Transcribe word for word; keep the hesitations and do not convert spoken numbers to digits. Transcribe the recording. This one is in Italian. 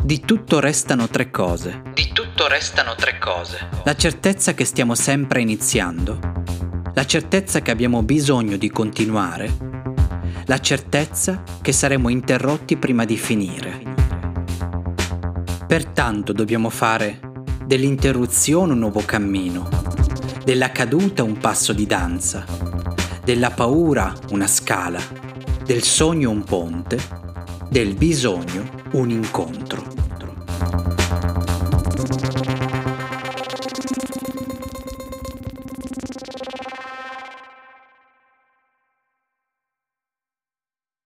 Di tutto restano tre cose. Di tutto restano tre cose. La certezza che stiamo sempre iniziando, la certezza che abbiamo bisogno di continuare, la certezza che saremo interrotti prima di finire. Pertanto dobbiamo fare dell'interruzione un nuovo cammino, della caduta un passo di danza, della paura una scala, del sogno un ponte, del bisogno un incontro.